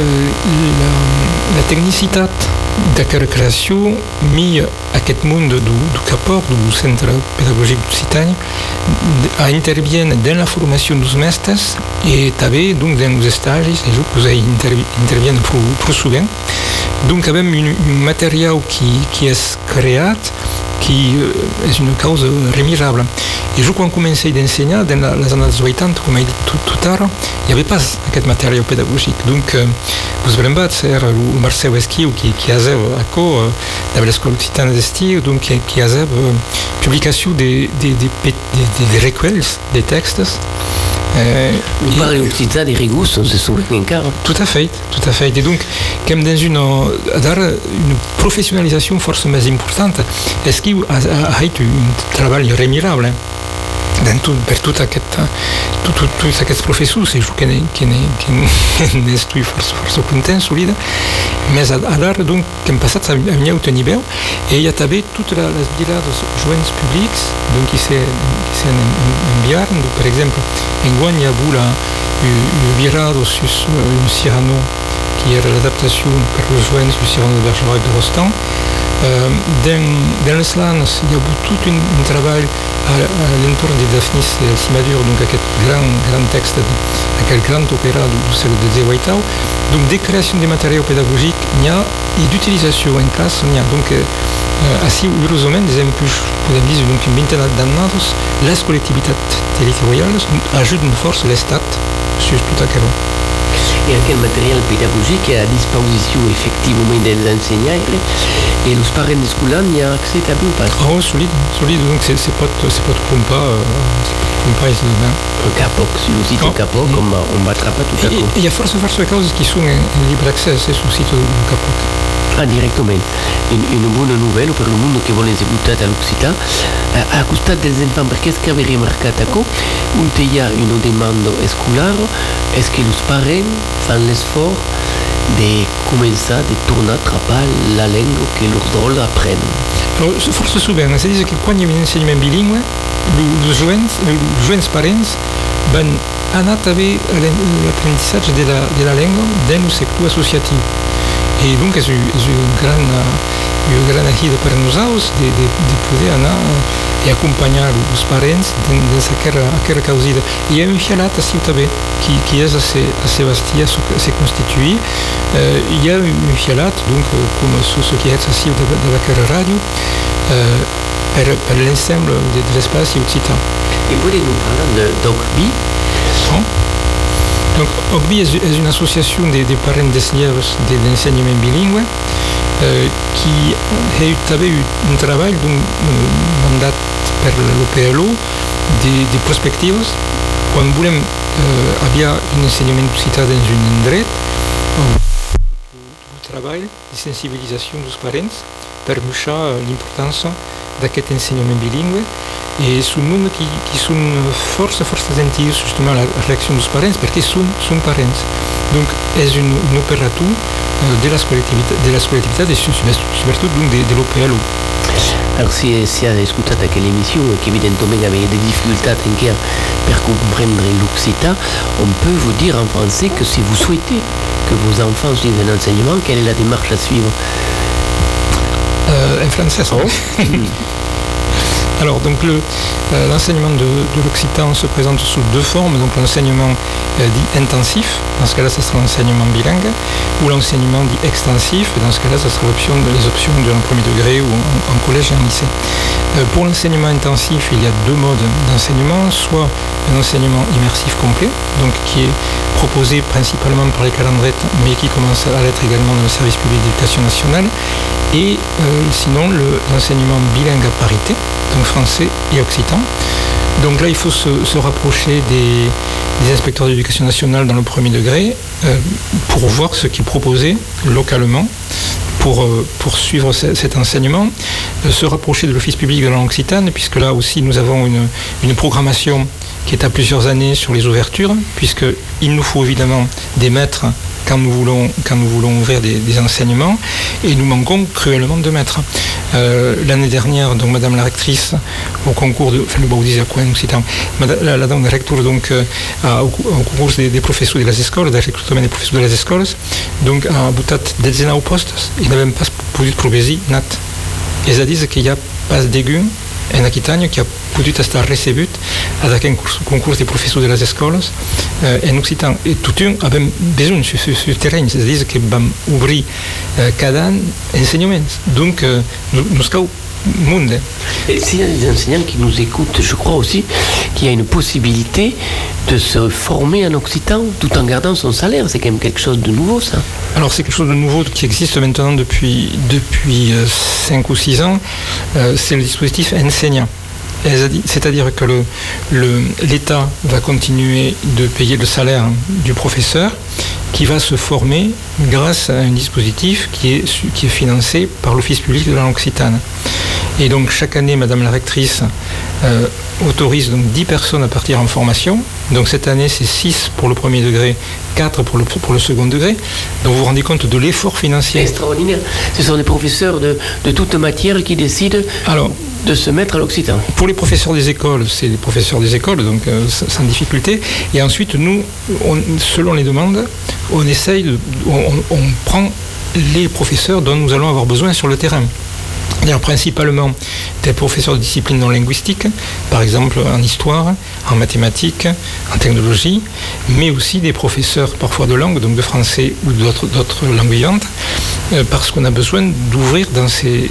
la technicité d'aquesta creació mi aquest món du CAPOC, du Centre Pedagògic d'Occitània, intervient dans la formation dels mestres et també donc, dans els estagis, les jocs interviennent plus souvent. Donc avem un matériau qui est créat, qui est une cause remirable. Et je, quan començai d'ensenyar, dans les années 80, com he dit tot ara, hi havia pas aquest matériau pédagogique. Donc, vous lembrats, era el Marcel Esquiu, qui faisait acò de l'escola occitana d'estiu, donc qui faisait publicació de recuells, de textes. Vous parlez occitan des Régus, on se souvient encore. Tout à fait. Et donc, comme dans une professionnalisation forcément importante, Esquiu a fait un travail remirable. per tot aquest processos, e jo que n'estui força content, solida, més ara, donc, que hem passat a un altre nivell, e hi ha també totes les virades joves publics, donc, qui s'han enviat, per exemple, enguany hi ha hagut un virado sus un Cyrano, qui era l'adaptació per els joves du Cyrano de Bergerac de Rostand. Dans les lands, hi ha hagut tot un treball a l'entorn de Daphnis i el Cimadur, donc aquest gran text, aquest gran opera du segle XVIII. Donc, de creació de material pedagògic n'hi ha, i d'utilització en classe n'hi ha. Donc, així, curiosament, podem dir, donc, une vingtaine d'années, les collectivitats territorials ajuden força l'Estat sur tot aquello. Et quel matériel pédagogique est à disposition effectivement des enseignants et les parents scolaires n'y a accès à ou pas? Oh, solide, donc c'est pas de compas, un capoc, sur le site capoc, on battra pas tout à coup. Il y a force de causes qui sont en libre accès sur le site du capoc. Ah, directament. Una bona novel·la per al món que volen escoltar a l'Occità. A costat dels infants, perquè és que havia remarcat aquí, on hi ha una demanda escolar, és que els parents fan l'esforç de començar a tornar a trapar la llengua que leurs drôles apprennent. Alors, força sovint, c'est-à-dire que quan hi ha un ensenyament bilingüe, els jovents parents van anar també a l'aprenentissatge de la llengua dans el sector associatiu. Et donc, c'est une grande ajuda per nosaltres de poder anar i acompanyar els parents dins aquesta causida. Hi ha un fialat així també, qui és a Sebastia, se constituir. Hi ha un fialat, donc, com ce qui és així de la ràdio, per l'ensemble de l'espai occitan. Et pouvez-nous parler d'OCBI? Donc, OCBI est une association des parents des élèves d'enseignement bilingue qui avait eu un travail mandat par l'OPLO de prospectives. Quan volem havia un ensenyament occitan dans un indret, un treball de sensibilisation dels parents per mostrar l'importància d'aquest ensenyament bilingue. Et són un qui sont força atentius justement à la réaction dels parents perquè són parents. Donc, és un operatiu de les collectivitats et surtout de l'OPLO. Alors, si ha escoltat aquella émission et qu'évidemment il y avait des difficultés pour comprendre l'occitan, on peut vous dire en français que si vous souhaitez que vos enfants suivent un enseignement, quelle est la démarche à suivre? En français, Alors, donc, l'enseignement de l'occitan se présente sous deux formes. Donc, l'enseignement dit intensif, dans ce cas-là, ce sera l'enseignement bilingue, ou l'enseignement dit extensif, dans ce cas-là, ce sera les options de premier degré ou en collège et en lycée. Pour l'enseignement intensif, il y a deux modes d'enseignement, soit un enseignement immersif complet, donc qui est proposé principalement par les calendrettes, mais qui commence à l'être également dans le service public d'éducation nationale, et sinon l'enseignement bilingue à parité, donc français et occitan. Donc là, il faut se rapprocher des inspecteurs d'éducation nationale dans le premier degré pour voir ce qui est proposé localement pour suivre cet enseignement, se rapprocher de l'Office public de la langue occitane, puisque là aussi nous avons une programmation qui est à plusieurs années sur les ouvertures, puisqu'il nous faut évidemment des maîtres quand nous voulons ouvrir des enseignements, et nous manquons cruellement de maîtres. L'année dernière, donc Madame la rectrice, au concours de, enfin le Baudis à quoi occitan, la dame rector donc au concours des professeurs de les écoles, des recrutement des professeurs de les écoles, donc a votat 19 postes i n'avem pas pogut proveir nat. És a dir, que hi ha pas d'algun en Aquitània que ha pogut estar recebut a aquest concurs de professors de les escoles en occitan. I tothom avem besoin sur ce terreny, és a dir, que vam obrir cada any ensenyaments. Donc, nous cau monde. Et s'il y a des enseignants qui nous écoutent, je crois aussi qu'il y a une possibilité de se former en occitan tout en gardant son salaire. C'est quand même quelque chose de nouveau, ça. Alors, c'est quelque chose de nouveau qui existe maintenant depuis 5 ou 6 ans. C'est le dispositif enseignant. C'est-à-dire que l'État va continuer de payer le salaire du professeur qui va se former grâce à un dispositif qui est financé par l'Office public de la langue occitane. Et donc chaque année, Madame la rectrice autorise donc 10 personnes à partir en formation. Donc cette année, c'est 6 pour le premier degré, 4 pour le second degré. Donc vous vous rendez compte de l'effort financier. Extraordinaire. Ce sont des professeurs de toute matière qui décident de se mettre à l'occitan. Pour les professeurs des écoles, c'est les professeurs des écoles, donc sans difficulté. Et ensuite, nous, selon les demandes, on prend les professeurs dont nous allons avoir besoin sur le terrain. C'est-à-dire principalement des professeurs de disciplines non linguistiques, par exemple en histoire, en mathématiques, en technologie, mais aussi des professeurs parfois de langue, donc de français ou d'autres langues vivantes, parce qu'on a besoin d'ouvrir dans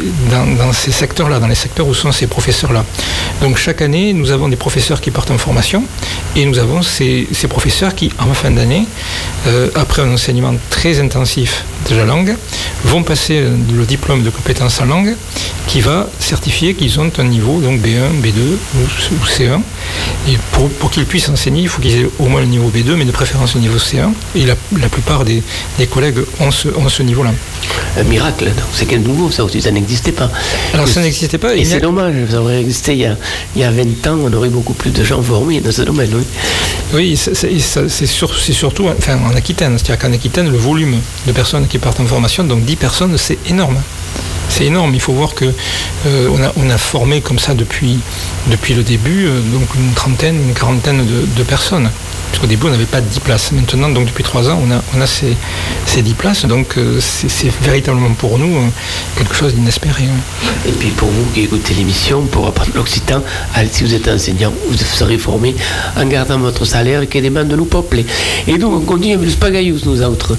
ces secteurs-là, dans les secteurs où sont ces professeurs-là. Donc chaque année, nous avons des professeurs qui partent en formation, et nous avons ces professeurs qui, en fin d'année, après un enseignement très intensif de la langue, vont passer le diplôme de compétence en langue qui va certifier qu'ils ont un niveau donc B1, B2 ou C1. Et pour qu'ils puissent enseigner, il faut qu'ils aient au moins le niveau B2, mais de préférence le niveau C1. Et la plupart des collègues ont ce niveau-là. Un miracle, non, c'est quel nouveau, ça aussi, ça n'existait pas. Alors ça n'existait pas. Et c'est dommage, ça aurait existé il y a 20 ans, on aurait beaucoup plus de gens formés dans ce domaine, oui. Oui, c'est surtout en Aquitaine, c'est-à-dire qu'en Aquitaine, le volume de personnes qui partent en formation, donc 10 personnes, c'est énorme. C'est énorme, il faut voir que on a formé comme ça depuis le début donc une trentaine, une quarantaine de personnes. Parce qu'au début on n'avait pas de 10 places. Maintenant, donc depuis 3 ans, on a ces 10 places, donc c'est véritablement pour nous quelque chose d'inespéré. Et puis pour vous qui écoutez l'émission, pour apprendre l'occitan, si vous êtes enseignant, vous serez formé en gardant votre salaire qui demande de nous peupler. Et donc on continue avec le spagaius, nous autres.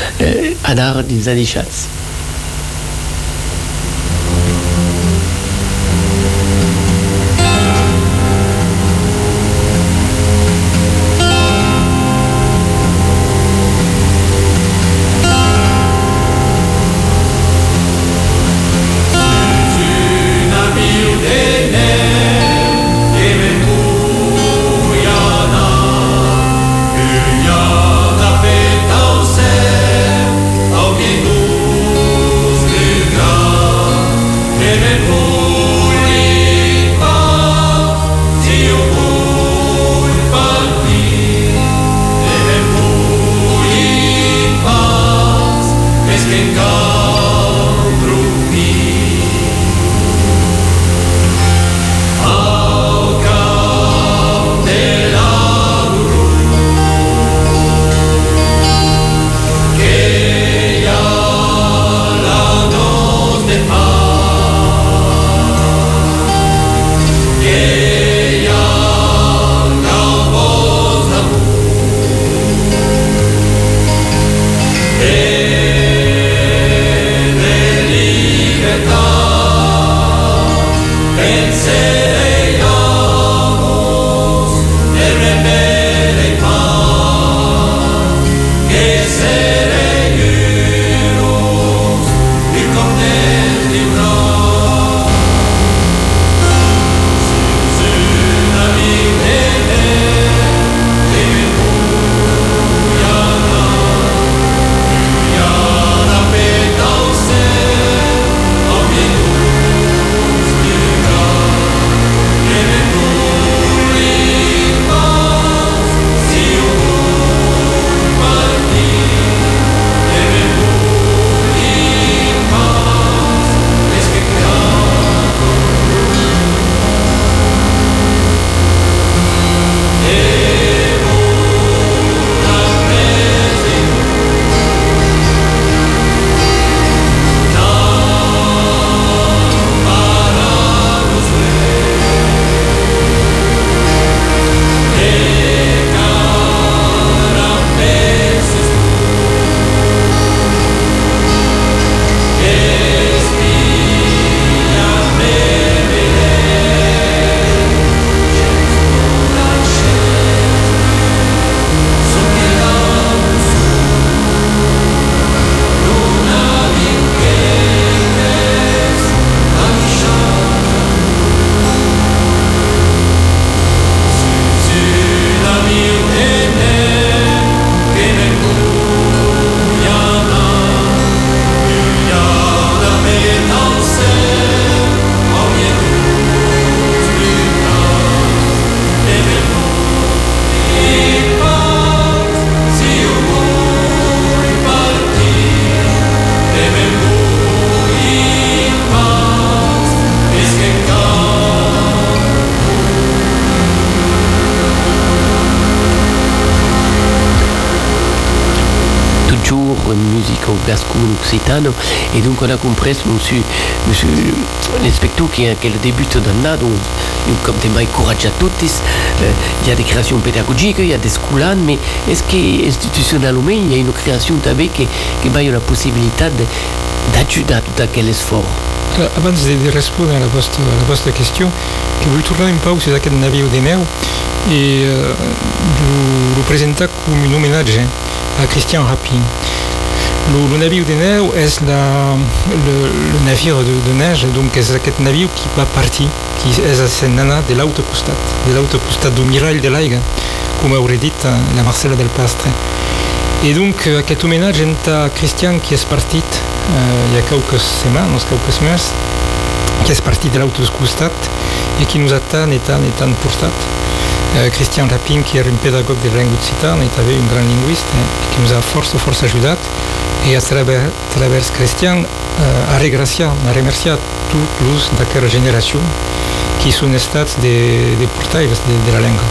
Anar d'Inzadichatz. Ao gascon occitano, et donc on a compris, monsieur l'inspecteur qui est le début d'un donc comme des mailles courage à toutes, il y a des créations pédagogiques, il y a des scoulans, mais est-ce qu'institutionnellement il y a une création qui a la possibilité d'ajouter à tout aquel effort? Avant de répondre à la question, que vull tornar un peu sur aquest navio de neu et le présenter comme un hommage à Christian Rapin. Le navio de neu est le navire de neige, donc c'est aquest navio qui va partir, qui est à Senana de l'autre costat du mirall de l'aigua, comme aurait dit la Marcella del Pastre. Et donc aquest homenatge à Christian qui est parti il y a quelques semaines, quelques mesos, qui est parti de l'autre costat et qui nous a tant portat. Christian Rapin, qui est un pédagogue de langue occitane, était un grand linguiste qui nous a force ajudat. Et à travers Christian, a remercié tous los d'aquella génération qui sont estats des portails de la langue.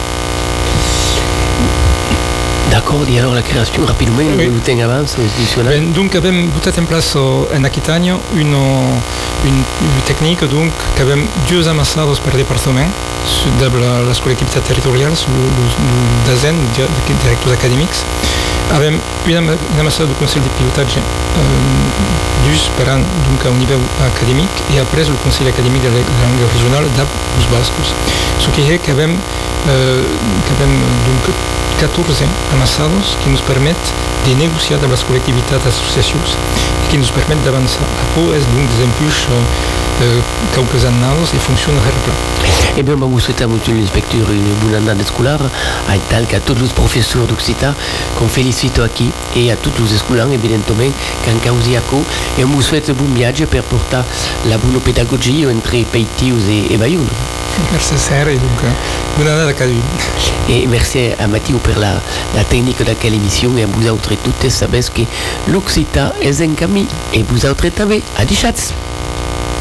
D'accord, et alors la création rapidement, oui. Vous tenez avance institutionnelle. Donc, nous avons mis en place en Aquitania une technique donc, qui avait 2 amassados par département de les collectivités territoriales, le DAZEN, directeurs académiques. Avem un amassado du conseil de pilotage par an donc, au niveau académique et après le conseil académique de la langue régionale des Bascos. Ce qui est que avem donc 14 amassados qui nous permettent de négocier avec les collectivités et associations et qui nous permettent d'avancer. Après, donc des impulses quelques années et fonctionnent très bien. Eh bien, vous souhaitez, monsieur l'inspecteur, une bonne année scolaire, à tous les professeurs d'Occitan qu'on félicite ici et à tous les scolaires, évidemment, qu'en Causiaco. Et on vous souhaite un bon viage pour porter la bonne pédagogie entre Peitius et Bayonne. Merci, Serre, et donc, bonne année à Cadune. Et merci à Mathieu pour la technique de laquelle émission et à vous autres toutes, savez que l'Occitan est un cami et vous autres avez à des chats.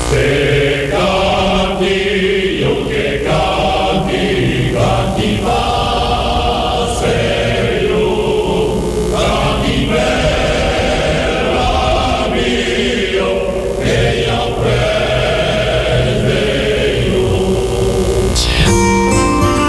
Se canti, io che canti, canti va.